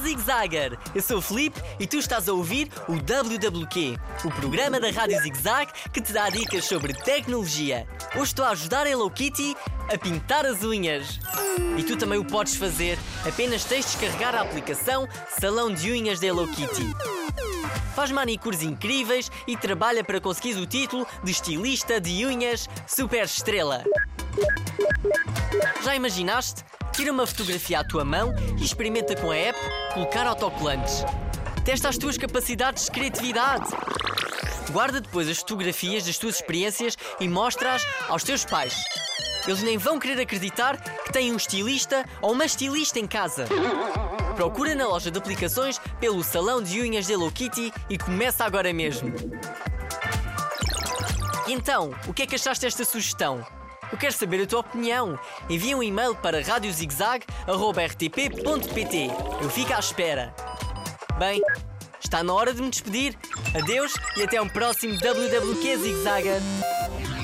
Zigzagger! Eu sou o Filipe e tu estás a ouvir o WWQ, o programa da Rádio Zigzag que te dá dicas sobre tecnologia. Hoje estou a ajudar a Hello Kitty a pintar as unhas. E tu também o podes fazer, apenas tens de descarregar a aplicação Salão de Unhas da Hello Kitty. Faz manicures incríveis e trabalha para conseguir o título de estilista de unhas super estrela. Já imaginaste? Tira uma fotografia à tua mão e experimenta com a app colocar autocolantes. Testa as tuas capacidades de criatividade. Guarda depois as fotografias das tuas experiências e mostra-as aos teus pais. Eles nem vão querer acreditar que têm um estilista ou uma estilista em casa. Procura na loja de aplicações pelo Salão de Unhas de Hello Kitty e começa agora mesmo. E então, o que é que achaste desta sugestão? Eu quero saber a tua opinião. Envia um e-mail para radiozigzag@rtp.pt. Eu fico à espera. Bem, está na hora de me despedir. Adeus e até um próximo WWQ Zigzagger.